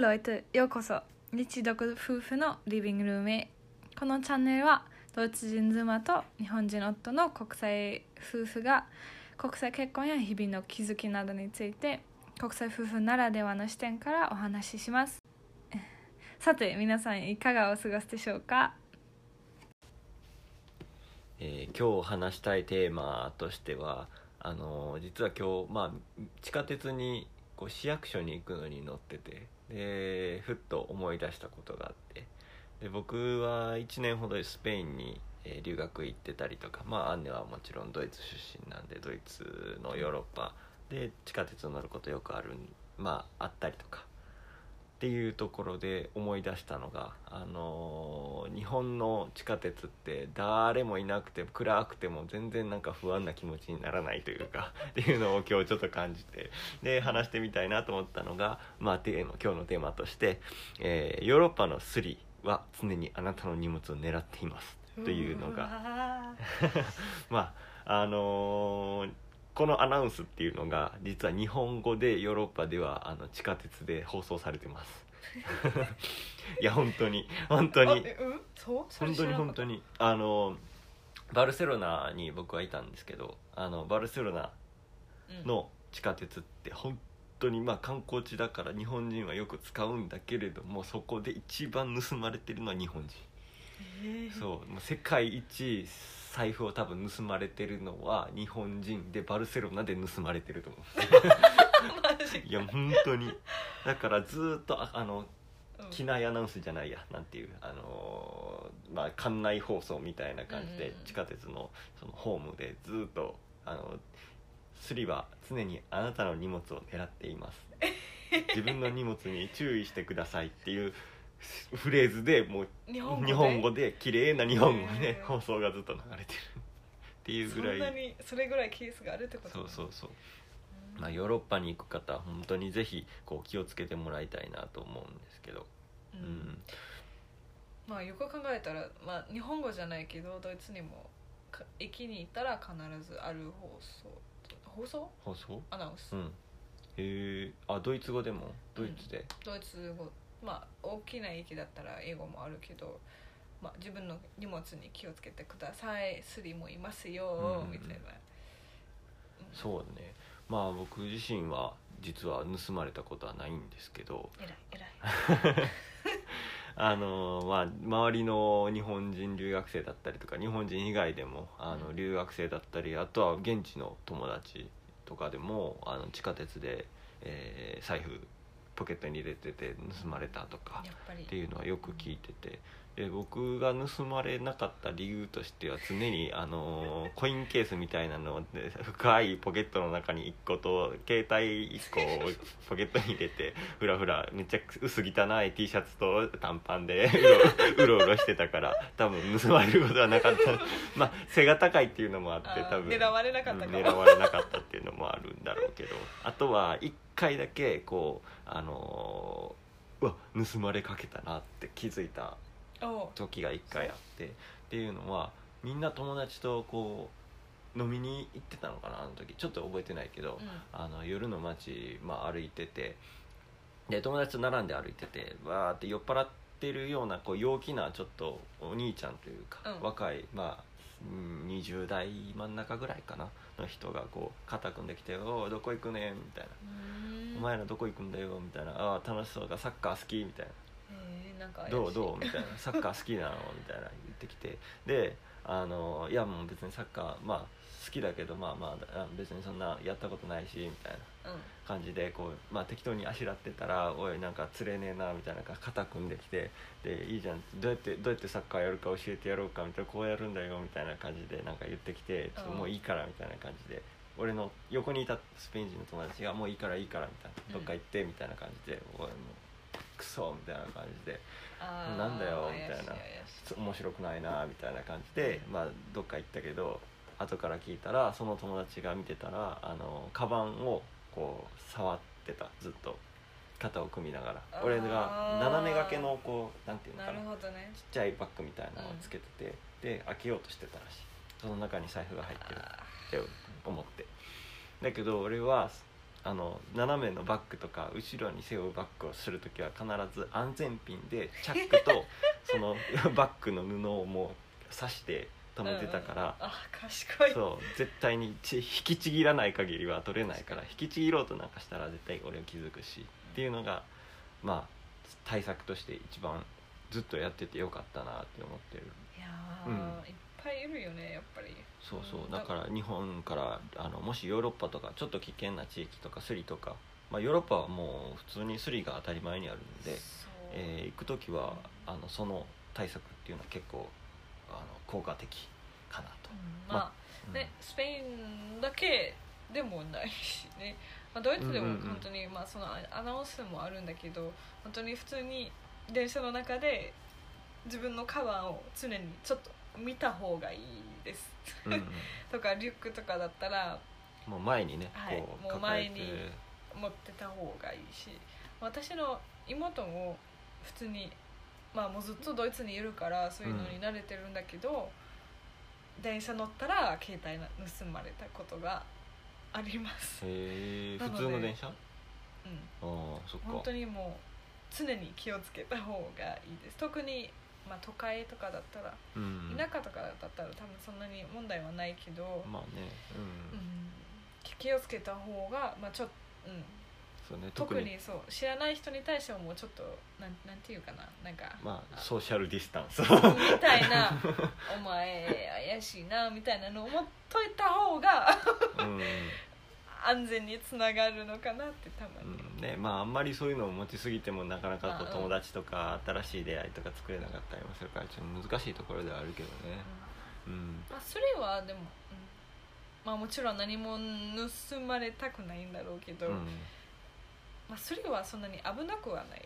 Leute、ようこそ日独夫婦のリビングルームへ。このチャンネルはドイツ人妻と日本人夫の国際夫婦が国際結婚や日々の気づきなどについて国際夫婦ならではの視点からお話しします。さて皆さんいかがお過ごしでしょうか。 今日話したいテーマとしては実は今日、地下鉄にこう市役所に行くのに乗ってて、でふっと思い出したことがあって、で僕は1年ほどスペインに、留学行ってたりとか、姉はもちろんドイツ出身なんでドイツのヨーロッパで地下鉄に乗ることよくあったりとかっていうところで思い出したのが、日本の地下鉄って誰もいなくて暗くても全然なんか不安な気持ちにならないというかっていうのを今日ちょっと感じて、で話してみたいなと思ったのが、今日のテーマとして、ヨーロッパのスリは常にあなたの荷物を狙っていますというのがこのアナウンスっていうのが実は日本語でヨーロッパでは地下鉄で放送されてますいや本当に本当にバルセロナに僕はいたんですけど、バルセロナの地下鉄って本当に観光地だから日本人はよく使うんだけれども、そこで一番盗まれてるのは日本人、そうもう世界一財布を多分盗まれてるのは日本人で、バルセロナで盗まれてると思ういや本当にだからずっと機内アナウンスじゃないや、なんていう館内放送みたいな感じで、地下鉄のそのホームでずっとスリは常にあなたの荷物を狙っています自分の荷物に注意してくださいっていうフレーズで、もう日本語で綺麗な日本語で放送がずっと流れてるっていうぐらい、 そんなにそれぐらいケースがあるってこと。 そう、ヨーロッパに行く方は本当にぜひこう気をつけてもらいたいなと思うんですけど、 よく考えたら、日本語じゃないけどドイツにも駅に行ったら必ずある放送アナウンス、 ドイツ語でもドイツで、 ドイツ語、大きな駅だったら英語もあるけど、自分の荷物に気をつけてください、スリもいますよ、みたいな、 そうね。僕自身は実は盗まれたことはないんですけど、 偉い周りの日本人留学生だったりとか日本人以外でも留学生だったり、あとは現地の友達とかでも地下鉄で、財布ポケットに入れてて盗まれたとかっていうのはよく聞いてて、で僕が盗まれなかった理由としては常にコインケースみたいなので深いポケットの中に1個と携帯1個をポケットに入れてふらふらめっちゃ薄汚い T シャツと短パンでうろうろしてたから多分盗まれることはなかった背が高いっていうのもあって多分狙われなかったっていうのもあるんだろうけど、あとは1回だけこう盗まれかけたなって気づいた時が1回あって、っていうのはみんな友達とこう飲みに行ってたのかな、あの時ちょっと覚えてないけど、夜の街、歩いてて、で友達と並んで歩いててわーって酔っ払ってるようなこう陽気なちょっとお兄ちゃんというか、若い20代真ん中ぐらいかなの人がこう肩組んできて「おいどこ行くねん」みたいな「お前らどこ行くんだよ」みたいな「ああ楽しそうだ、サッカー好き」みたいなどうみたいなサッカー好きなのみたいな言ってきて、でいやもう別にサッカー好きだけど別にそんなやったことないしみたいな感じでこう、適当にあしらってたら「おいなんか釣れねえな」みたいな肩組んできて、でいいじゃんどうやってサッカーやるか教えてやろうかみたいな、こうやるんだよみたいな感じでなんか言ってきて、ちょっともういいからみたいな感じで、俺の横にいたスペイン人の友達がもういいからみたいな、どっか行ってみたいな感じで、おいもうクソみたいな感じでなんだよみたいな、面白くないなみたいな感じで、どっか行ったけど後から聞いたらその友達が見てたらカバンをこう触ってた、ずっと肩を組みながら、俺が斜め掛けのこうなんていうのかな、ちっちゃいバッグみたいなのをつけてて、で開けようとしてたらしい、その中に財布が入ってるって思って、だけど俺は斜めのバッグとか後ろに背負うバッグをするときは必ず安全ピンでチャックとそのバッグの布をもう刺して止めてたから、 あ賢い。 そう絶対に引きちぎらない限りは取れないから、引きちぎろうとなんかしたら絶対俺は気づくしっていうのがまあ対策として一番ずっとやっててよかったなって思ってる。 いやー、いっぱいいるよねやっぱり。 そうそう、だから日本からもしヨーロッパとかちょっと危険な地域とかスリとか、まあ、ヨーロッパはもう普通にスリが当たり前にあるんで、行く時はその対策っていうのは結構効果的かなと、 まあね、スペインだけでもないしね、まあ、ドイツでも本当に、まあ、そのアナウンスもあるんだけど、本当に普通に電車の中で自分のカバンを常にちょっと見た方がいいです、とかリュックとかだったらもう前にね、 はい、 こうもう前に持ってた方がいいし、私の妹も普通にまあもうずっとドイツにいるからそういうのに慣れてるんだけど、電車乗ったら携帯が盗まれたことがあります。 へえ、普通の電車？ああ、そっか。 本当にもう常に気をつけた方がいいです。特にまあ都会とかだったら、田舎とかだったら多分そんなに問題はないけど、 まあね、 気をつけた方がまあちょっと、そうね、特にそう知らない人に対してはもうちょっとなんていうかな、なんかまあソーシャルディスタンスみたいなお前怪しいなみたいなのを思っといた方が安全につながるのかなってたまに、 ね、まああんまりそういうのを持ちすぎてもなかなかこう友達とか新しい出会いとか作れなかったりもするからちょっと難しいところではあるけどね、 まあ、それはでも、まあもちろん何も盗まれたくないんだろうけど、まあ、それはそんなに危なくはない、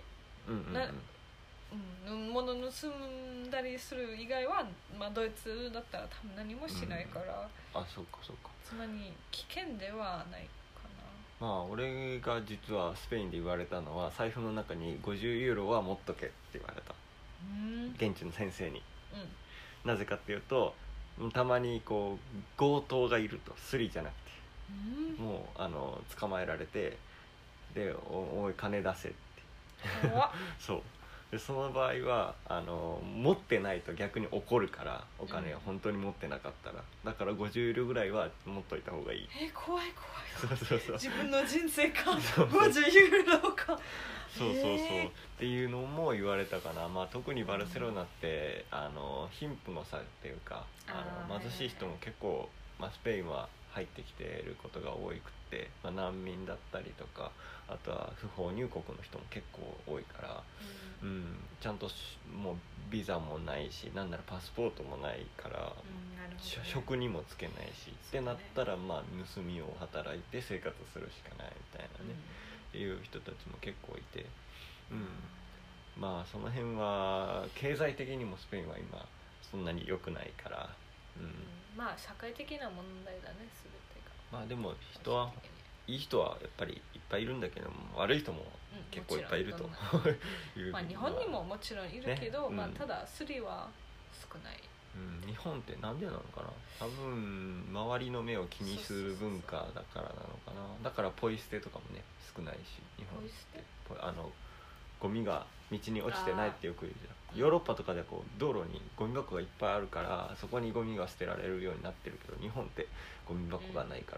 物盗んだりする以外は、まあ、ドイツだったら多分何もしないから、 あ、そうかそうか、 そんなに危険ではないかな。まあ俺が実はスペインで言われたのは財布の中に50ユーロは持っとけって言われた、現地の先生に、なぜかっていうとたまにこう強盗がいると、スリじゃなくて、もう捕まえられてで おい金出せってそうで、その場合は持ってないと逆に怒るから、お金を本当に持ってなかったら、だから50ユーロぐらいは持っといた方がいい。 怖いそう自分の人生か50ユーロかそうっていうのも言われたかな。まあ、特にバルセロナって貧富の差っていうか貧しい人も結構、まあ、スペインは入ってきていることが多くて、まあ、難民だったりとか、あとは不法入国の人も結構多いから、ちゃんともうビザもないし、なんならパスポートもないから、職にもつけないし、ってなったらまあ盗みを働いて生活するしかないみたいなね、っていう人たちも結構いて、まあその辺は経済的にもスペインは今そんなに良くないから、 まあ社会的な問題だね、全てが。 まあでもいい人はやっぱりいっぱいいるんだけども、悪い人も結構いっぱいいるというまあ日本にももちろんいるけど、まあただスリは少ない。 日本ってなんでなのかな、多分周りの目を気にする文化だからなのかな。だからポイ捨てとかもね少ないし、日本ってゴミが道に落ちてないってよく言うじゃん。ヨーロッパとかではこう道路にゴミ箱がいっぱいあるからそこにゴミが捨てられるようになってるけど、日本ってゴミ箱がないから、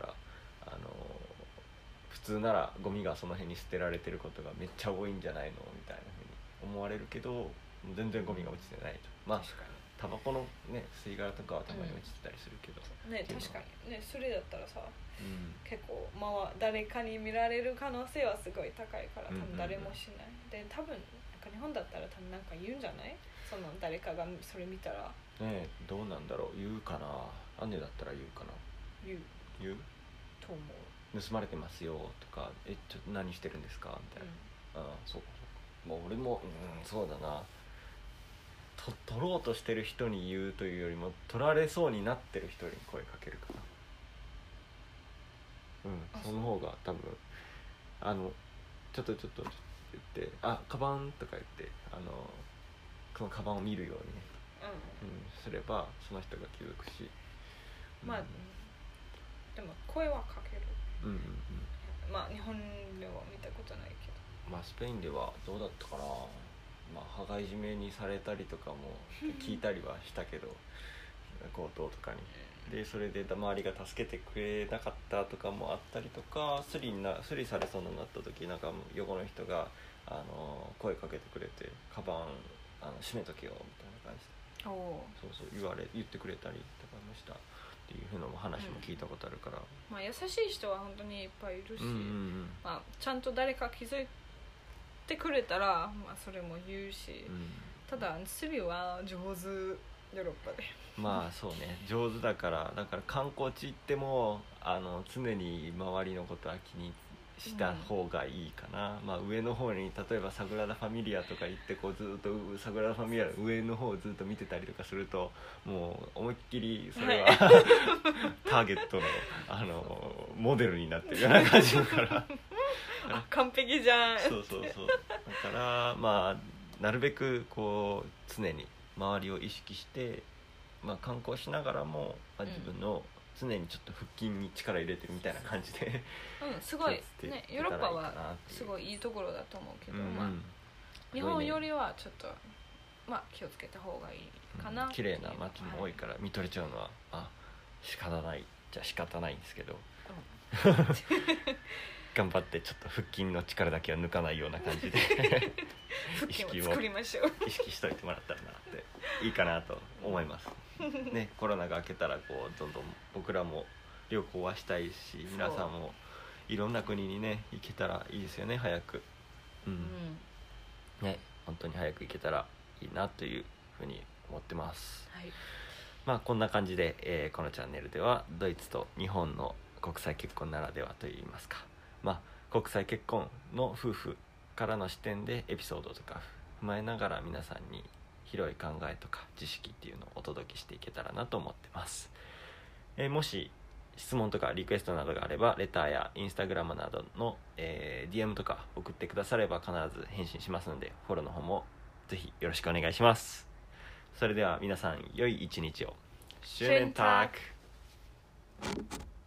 普通ならゴミがその辺に捨てられてることがめっちゃ多いんじゃないのみたいな風に思われるけど、全然ゴミが落ちてないと。まあタバコのね吸い殻とかはたまに落ちてたりするけど、 ね、確かにね、それだったらさ、結構誰かに見られる可能性はすごい高いから、多分誰もしない、で多分なんか日本だったら多分なんか言うんじゃない、その誰かがそれ見たらね。どうなんだろう、言うかな。姉だったら言うかな。言うと思う。盗まれてますよとか、ちょっと何してるんですかみたいな、そうかもう俺もそうだな、取ろうとしてる人に言うというよりも取られそうになってる人に声かけるかな。その方が多分ちょっと言って「カバン」とか言ってそのカバンを見るようにね、すればその人が気づくし、 まあでも声はかける、 まあ日本では見たことないけど、 まあスペインではどうだったかな。まあ羽交い締めにされたりとかも聞いたりはしたけど強盗とかにで、それで周りが助けてくれなかったとかもあったりとか、スリされそうになった時なんか横の人が声かけてくれて、カバン閉めとけよみたいな感じでそう言ってくれたりとかもしたっていう風のも話も聞いたことあるから、 まあ優しい人は本当にいっぱいいるし、まあ、ちゃんと誰か気づいてくれたら、まあ、それも言うし、ただスリは上手、ヨーロッパでまあそうね、上手だから観光地行っても常に周りのことは気にした方がいいかな、まあ上の方に例えばサグラダ・ファミリアとか行ってこうずっとサグラダ・ファミリアの上の方をずっと見てたりとかすると、もう思いっきりそれは、ターゲットのモデルになってるような感じだからあ、完璧じゃん。 そうだからまあなるべくこう常に周りを意識して、まあ、観光しながらも、まあ、自分の常にちょっと腹筋に力入れてるみたいな感じですごいね、ヨーロッパはすごいいいところだと思うけど、まあ、日本よりはちょっと、まあ、気をつけた方がいいかな。 綺麗な街も多いから見とれちゃうのは、仕方ないじゃ仕方ないんですけど、頑張ってちょっと腹筋の力だけは抜かないような感じで腹筋を作りましょう。 意識しといてもらったらなっていいかなと思いますね。コロナが明けたらこうどんどん僕らも旅行はしたいし、皆さんもいろんな国にね行けたらいいですよね、早く、ね、本当に早く行けたらいいなというふうに思ってます、まあこんな感じで、このチャンネルではドイツと日本の国際結婚ならではといいますか、まあ国際結婚の夫婦からの視点でエピソードとか踏まえながら皆さんに広い考えとか知識っていうのをお届けしていけたらなと思ってます、もし質問とかリクエストなどがあればレターやインスタグラムなどの、DM とか送ってくだされば必ず返信しますので、フォローの方もぜひよろしくお願いします。それでは皆さん良い一日を。シューネンターク。